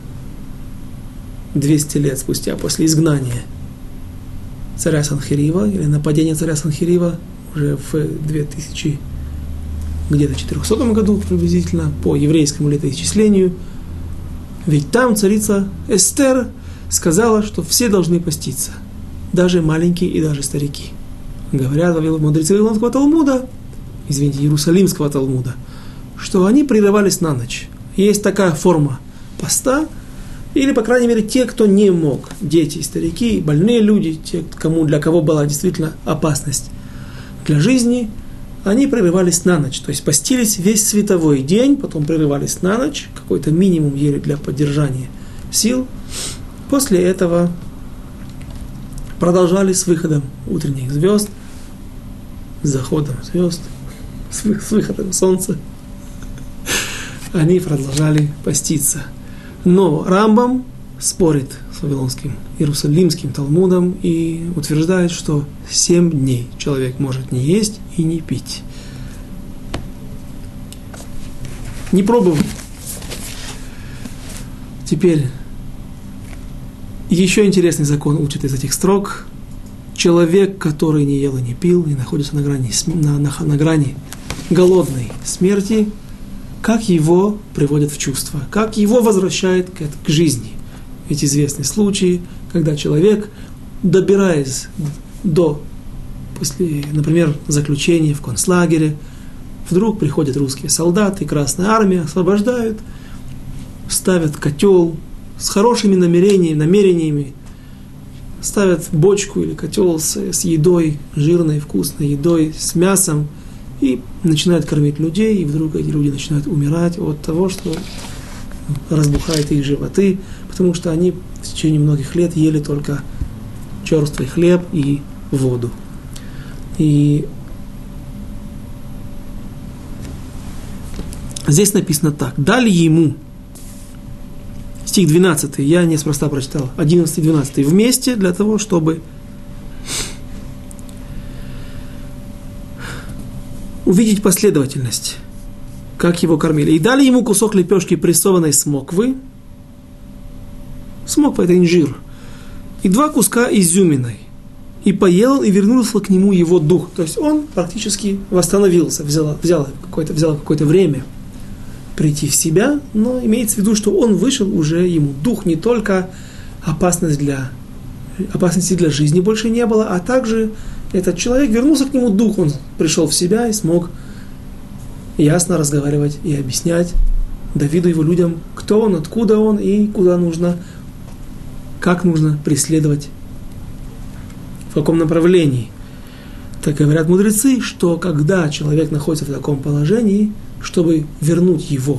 двести лет спустя после изгнания царя Санхерива, или нападения царя Санхерива уже в две тысячи где-то четырехсотом году приблизительно, по еврейскому летоисчислению. Ведь там царица Эстер сказала, что все должны поститься, даже маленькие и даже старики. Говорят мудрецы Вавилонского Талмуда, извините, Иерусалимского Талмуда, что они прерывались на ночь. Есть такая форма поста, или, по крайней мере, те, кто не мог, дети, старики, больные люди, те, кому, для кого была действительно опасность для жизни, они прерывались на ночь, то есть постились весь световой день, потом прерывались на ночь, какой-то минимум ели для поддержания сил. После этого продолжали с выходом утренних звезд, с заходом звезд, с выходом солнца. Они продолжали поститься. Но Рамбам спорит с Вавилонским Иерусалимским Талмудом и утверждает, что семь дней человек может не есть и не пить. Не пробовал. Теперь еще интересный закон учит из этих строк. Человек, который не ел и не пил, и находится на грани, на, на, на грани голодной смерти, как его приводят в чувство, как его возвращает к, к жизни. Ведь известны случаи, когда человек, добираясь до, после, например, заключения в концлагере, вдруг приходят русские солдаты, Красная Армия, освобождают, ставят котел с хорошими намерениями, намерениями, ставят бочку или котел с, с едой, жирной, вкусной едой, с мясом, и начинают кормить людей, и вдруг эти люди начинают умирать от того, что разбухают их животы, потому что они в течение многих лет ели только черствый хлеб и воду. И здесь написано так: дали ему, стих двенадцатый, я неспроста прочитал, одиннадцатый и двенадцатый вместе, для того, чтобы увидеть последовательность, как его кормили. И дали ему кусок лепешки прессованной смоквы. Смоква – это инжир. И два куска изюминой. И поел он, и вернулся к нему его дух. То есть он практически восстановился, взял, взял, какое-то, взял какое-то время прийти в себя, но имеется в виду, что он вышел, уже ему дух, не только опасность для, опасности для жизни больше не было, а также этот человек, вернулся к нему дух, он пришел в себя и смог ясно разговаривать и объяснять Давиду, его людям, кто он, откуда он и куда нужно, как нужно преследовать, в каком направлении. Так говорят мудрецы, что когда человек находится в таком положении, чтобы вернуть его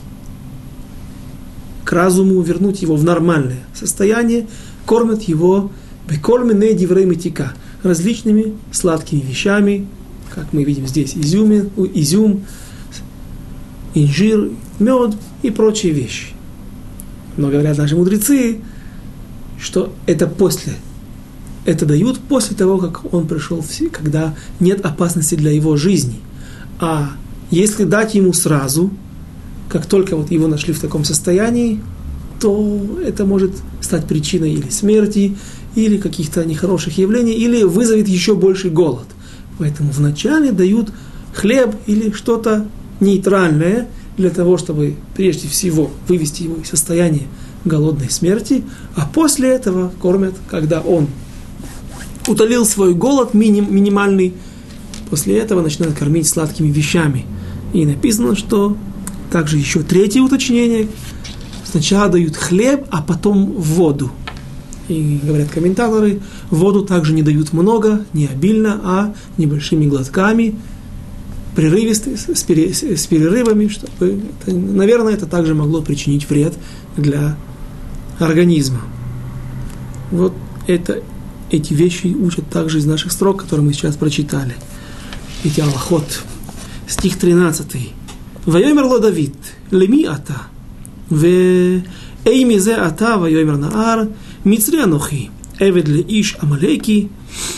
к разуму, вернуть его в нормальное состояние, кормят его бекольмене диврей митика, различными сладкими вещами, как мы видим здесь, изюм, изюм, инжир, мед и прочие вещи. Но говорят наши мудрецы, что это после, это дают после того, как он пришел, в, когда нет опасности для его жизни. А если дать ему сразу, как только вот его нашли в таком состоянии, то это может стать причиной или смерти, или каких-то нехороших явлений, или вызовет еще больший голод. Поэтому вначале дают хлеб или что-то нейтральное для того, чтобы прежде всего вывести его из состояния голодной смерти, а после этого кормят, когда он утолил свой голод миним, минимальный, после этого начинают кормить сладкими вещами. И написано, что также еще третье уточнение, сначала дают хлеб, а потом воду. И говорят комментаторы, воду также не дают много, не обильно, а небольшими глотками, прерывисто, с, пере, с перерывами, чтобы, это, наверное, это также могло причинить вред для организма. Вот это, эти вещи учат также из наших строк, которые мы сейчас прочитали. Эти алахот. Стих тринадцатый. «Вайомер ло Давид, леми ата, ве эй мизе ата, вайомер наар, мицри анохи, эвед ле иш амалеки,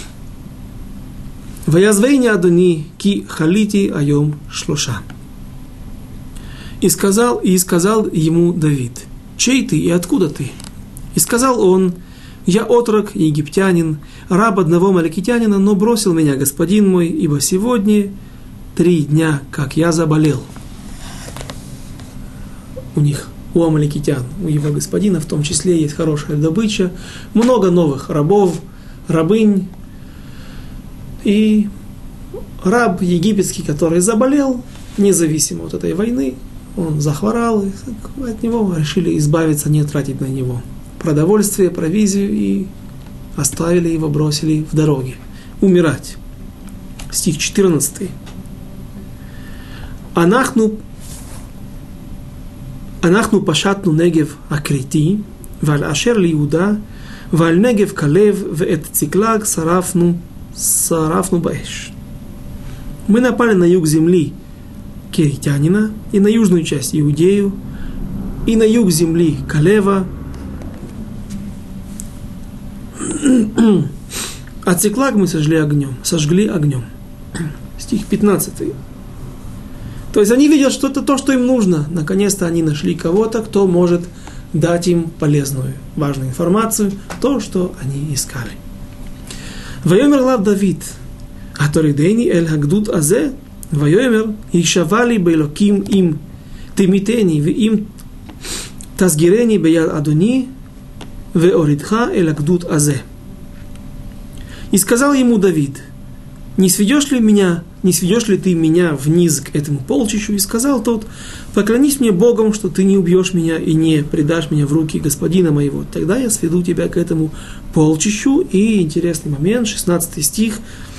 ваязвейни адони, ки халити айом шлоша». И сказал, и сказал ему Давид: «Чей ты и откуда ты?» И сказал он: «Я отрок, египтянин, раб одного амалекитянина, но бросил меня господин мой, ибо сегодня три дня, как я заболел». У них, у амалекитян, у его господина в том числе есть хорошая добыча, много новых рабов, рабынь. И раб египетский, который заболел, независимо от этой войны, он захворал, и от него решили избавиться, не тратить на него продовольствие, провизию, и оставили его, бросили в дороге, умирать. Стих четырнадцатый. «Анахну Анахну пашатну негев акрити, валь ашер ли Иуда, валь негев калев, вэт циклаг сарафну, сарафну баэш». Мы напали на юг земли Керитянина, и на южную часть Иудею, и на юг земли Калева, а Циклаг мы сожгли огнем, сожгли огнем. Стих пятнадцатый. То есть они видят, что это то, что им нужно. Наконец-то они нашли кого-то, кто может дать им полезную, важную информацию, то, что они искали. «Вайомер лав Давид, аторидейни эль хагдут азе, вайомер ишавали бейлоким им тимитени ve им тазгирени беяд адони ve оридха эль хагдут азе». И сказал ему Давид: «Не сведешь ли меня, не сведешь ли ты меня вниз к этому полчищу?» И сказал тот: «Поклонись мне Богом, что ты не убьешь меня и не предашь меня в руки господина моего. Тогда я сведу тебя к этому полчищу». И интересный момент, шестнадцатый стих.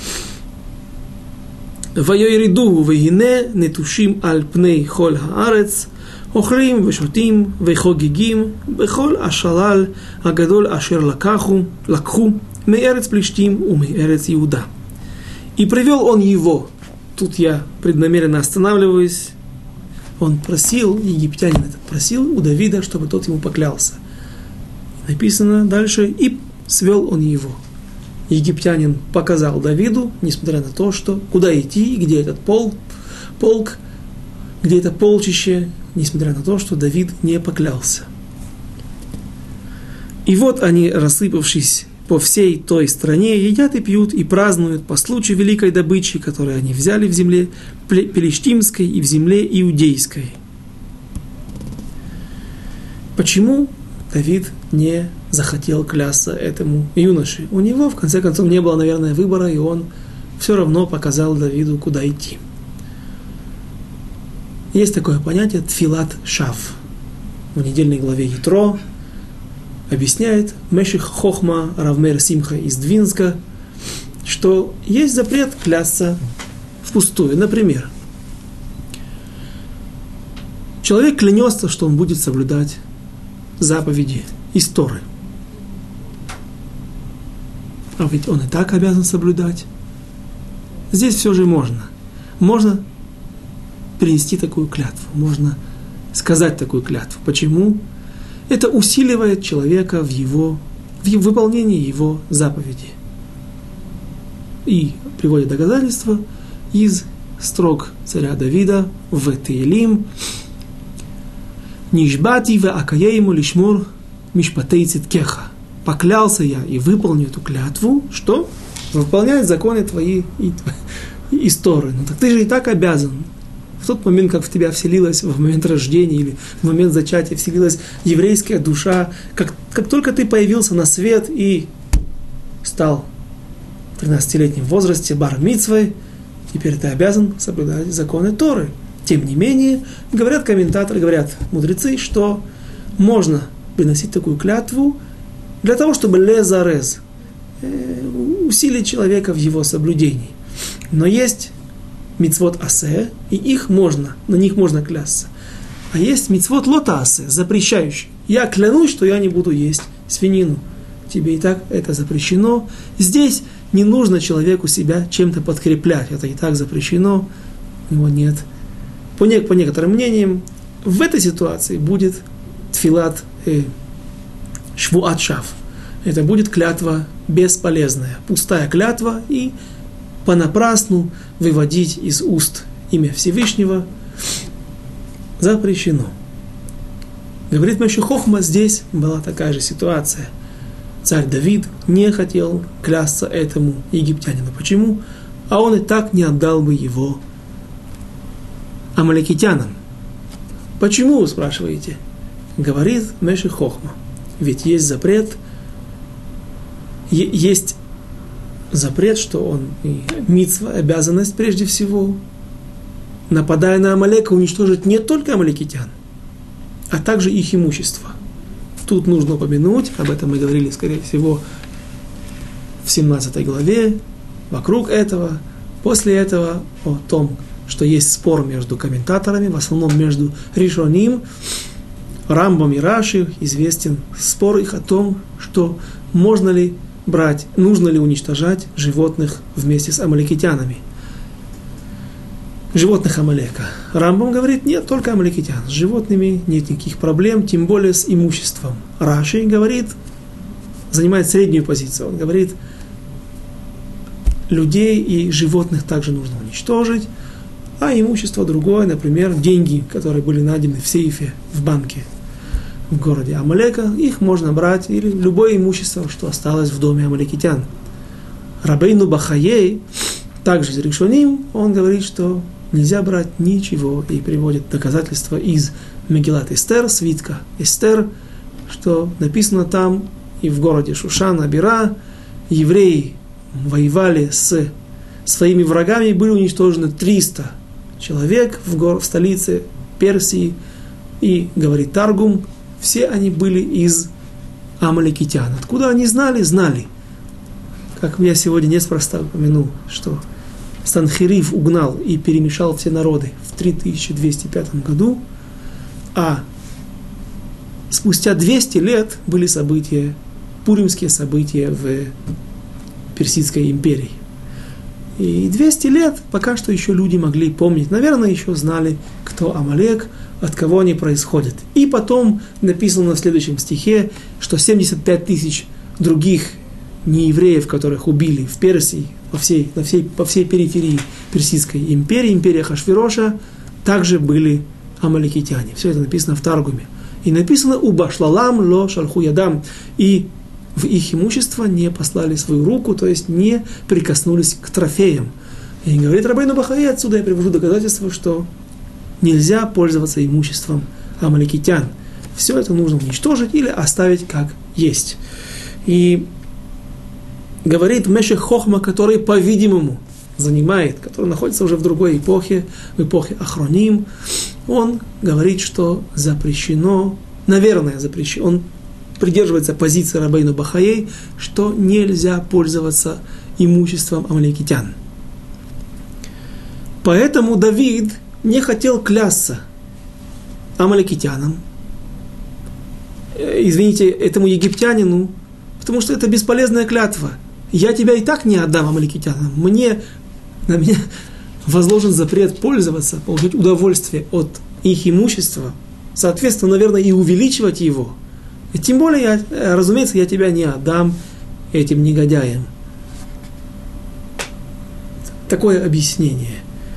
«Вайоириду вегине нетушим аль пней холь хаарец, охлим вешотим вехогигим бехоль ашалал агадоль ашер лакаху лакху меэрец плештим у меэрец Иуда». И привел он его. Тут я преднамеренно останавливаюсь. Он просил, египтянин этот просил у Давида, чтобы тот ему поклялся. Написано дальше: и свел он его. Египтянин показал Давиду, несмотря на то, что куда идти, где этот полк, полк, где это полчище, несмотря на то, что Давид не поклялся. И вот они, рассыпавшись по всей той стране, едят и пьют и празднуют по случаю великой добычи, которую они взяли в земле Пелиштимской и в земле Иудейской. Почему Давид не захотел клясться этому юноше. У него, в конце концов, не было, наверное, выбора, и он все равно показал Давиду, куда идти. Есть такое понятие тфилат шав. В недельной главе Ятро объясняет Меших Хохма Равмейр Симха из Двинска, что есть запрет клясться впустую. Например, человек клянется, что он будет соблюдать заповеди из Торы. А ведь он и так обязан соблюдать. Здесь все же можно. Можно принести такую клятву, можно сказать такую клятву. Почему? Это усиливает человека в его в выполнении его заповеди. И приводит доказательства из строк царя Давида в Теилим: «Нишбати ва акаейму лишмур мишпатей циткеха». Поклялся я и выполню эту клятву, что? Выполнять законы твои и, и из Торы. Ну так ты же и так обязан. В тот момент, как в тебя вселилась, в момент рождения или в момент зачатия вселилась еврейская душа, как, как только ты появился на свет и стал в тринадцатилетнем возрасте бар-мицвой, теперь ты обязан соблюдать законы Торы. Тем не менее, говорят комментаторы, говорят мудрецы, что можно приносить такую клятву для того, чтобы лезарез, усилить человека в его соблюдении. Но есть мицвот асе, и их можно, на них можно клясться. А есть мицвот лота асе, запрещающий. Я клянусь, что я не буду есть свинину. Тебе и так это запрещено. Здесь не нужно человеку себя чем-то подкреплять. Это и так запрещено. У него нет. По, не, по некоторым мнениям, в этой ситуации будет тфилат э, швуат шав. Это будет клятва бесполезная, пустая клятва, и понапрасну выводить из уст имя Всевышнего запрещено. Говорит Меших Хохма, здесь была такая же ситуация. Царь Давид не хотел клясться этому египтянину. Почему? А он и так не отдал бы его амалекитянам. Почему, вы спрашиваете? Говорит Меших Хохма. Ведь есть запрет, есть запрет, что он мицва, обязанность прежде всего, нападая на Амалека, уничтожить не только амалекитян, а также их имущество. Тут нужно упомянуть, об этом мы говорили, скорее всего, в семнадцатой главе, вокруг этого, после этого, о том, что есть спор между комментаторами, в основном между Ришоним, Рамбом и Раши, известен спор их о том, что можно ли брать, нужно ли уничтожать животных вместе с амалекитянами. Животных Амалека. Рамбам говорит, нет, только амалекитян. С животными нет никаких проблем, тем более с имуществом. Раши говорит, занимает среднюю позицию. Он говорит, людей и животных также нужно уничтожить, а имущество другое, например, деньги, которые были найдены в сейфе в банке в городе Амалека, их можно брать, или любое имущество, что осталось в доме амалекитян. Рабейну Бахаей, также из Ришоним, он говорит, что нельзя брать ничего, и приводит доказательства из Мегилат Эстер, свитка Эстер, что написано там, и в городе Шушан, Абира, евреи воевали с своими врагами, и были уничтожены триста человек в, гор, в столице Персии, и, говорит Таргум, все они были из амалекитян. Откуда они знали? Знали. Как я сегодня неспроста упомянул, что Санхерив угнал и перемешал все народы в три тысячи двести пятом году, а спустя двести лет были события, пуримские события в Персидской империи. И двести лет пока что еще люди могли помнить, наверное, еще знали, кто Амалек, от кого они происходят. И потом написано в следующем стихе, что семьдесят пять тысяч других неевреев, которых убили в Персии, по всей, на всей, по всей периферии Персидской империи, империя Хашвироша, также были амалекитяне. Все это написано в Таргуме. И написано «Убашлалам ло шалху ядам». И в их имущество не послали свою руку, то есть не прикоснулись к трофеям. И говорит Рабейну Бахаей, отсюда я привожу доказательство, что нельзя пользоваться имуществом амалекитян. Все это нужно уничтожить или оставить как есть. И говорит Мешех Хохма, который, по-видимому, занимает, который находится уже в другой эпохе, в эпохе Ахроним, он говорит, что запрещено, наверное, запрещено, он придерживается позиции Рабейну Бахаей, что нельзя пользоваться имуществом амаликитян. Поэтому Давид не хотел клясться амаликитянам, извините, этому египтянину, потому что это бесполезная клятва. Я тебя и так не отдам амаликитянам. Мне, на меня возложен запрет пользоваться, получать удовольствие от их имущества, соответственно, наверное, и увеличивать его. И тем более, я, разумеется, я тебя не отдам этим негодяям. Такое объяснение.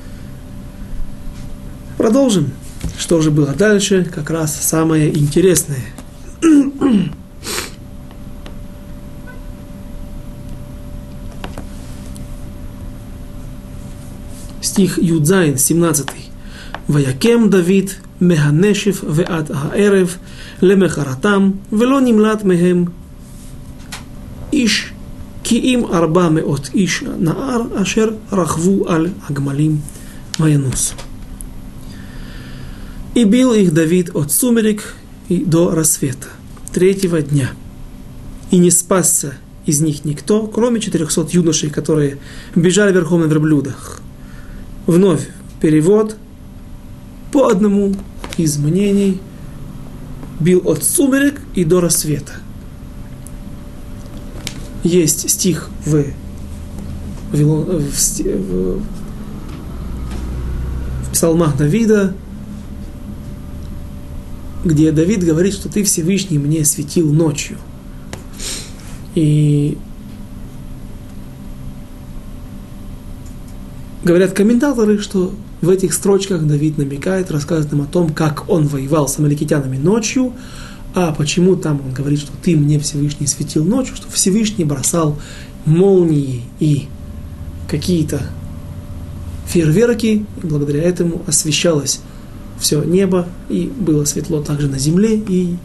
Продолжим. Что же было дальше? Как раз самое интересное. Стих Юдзайн, семнадцатый. Ваякем Давид механешев веат хаэрев лемехаратам вело нимлат мехем иш киим арба меот иш наар ашер рахву аль агмалим ваянус. И бил их Давид от сумерек и до рассвета третьего дня. И не спасся из них никто, кроме четырехсот юношей, которые бежали верхом на верблюдах. Вновь перевод. По одному из мнений бил от сумерек и до рассвета. Есть стих в, в, в, в, в псалмах Давида, где Давид говорит, что ты, Всевышний, мне светил ночью. И говорят комментаторы, что в этих строчках Давид намекает, рассказывает нам о том, как он воевал с амаликитянами ночью, а почему там он говорит, что ты мне, Всевышний, светил ночью, что Всевышний бросал молнии и какие-то фейерверки, и благодаря этому освещалось все небо, и было светло также на земле, и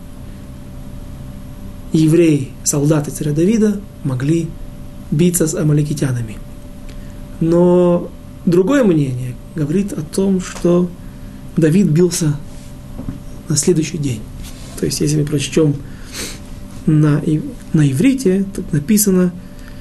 евреи, солдаты царя Давида, могли биться с амаликитянами. Но другое мнение говорит о том, что Давид бился на следующий день. То есть, если мы прочтем на, на иврите, тут написано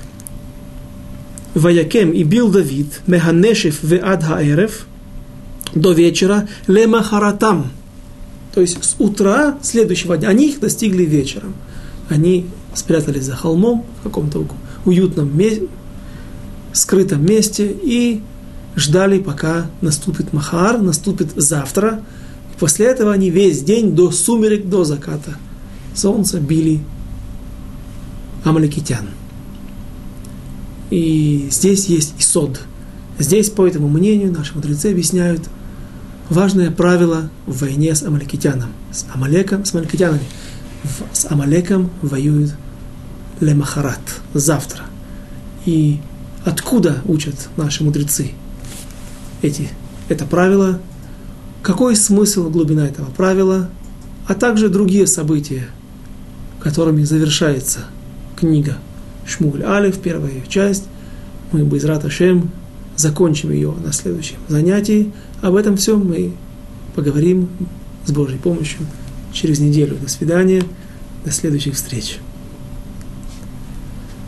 «Ваякем и бил Давид механешев веад хаэрев» до вечера лемахаратам. То есть с утра следующего дня. Они их достигли вечером. Они спрятались за холмом в каком-то уютном месте, скрытом месте и ждали, пока наступит махар, наступит завтра. И после этого они весь день до сумерек, до заката солнца били амаликитян. И здесь есть исод. Здесь, по этому мнению, наши мудрецы объясняют важное правило в войне с амаликитяном. С Амалеком, с амаликитянами. С Амалеком воюют лемахарат, завтра. И откуда учат наши мудрецы эти, это правило? Какой смысл, глубина этого правила? А также другие события, которыми завершается книга Шмуль Алеф, первая ее часть. Мы, Бейзрат Ашем, закончим ее на следующем занятии. Об этом всем мы поговорим с Божьей помощью через неделю. До свидания, до следующих встреч.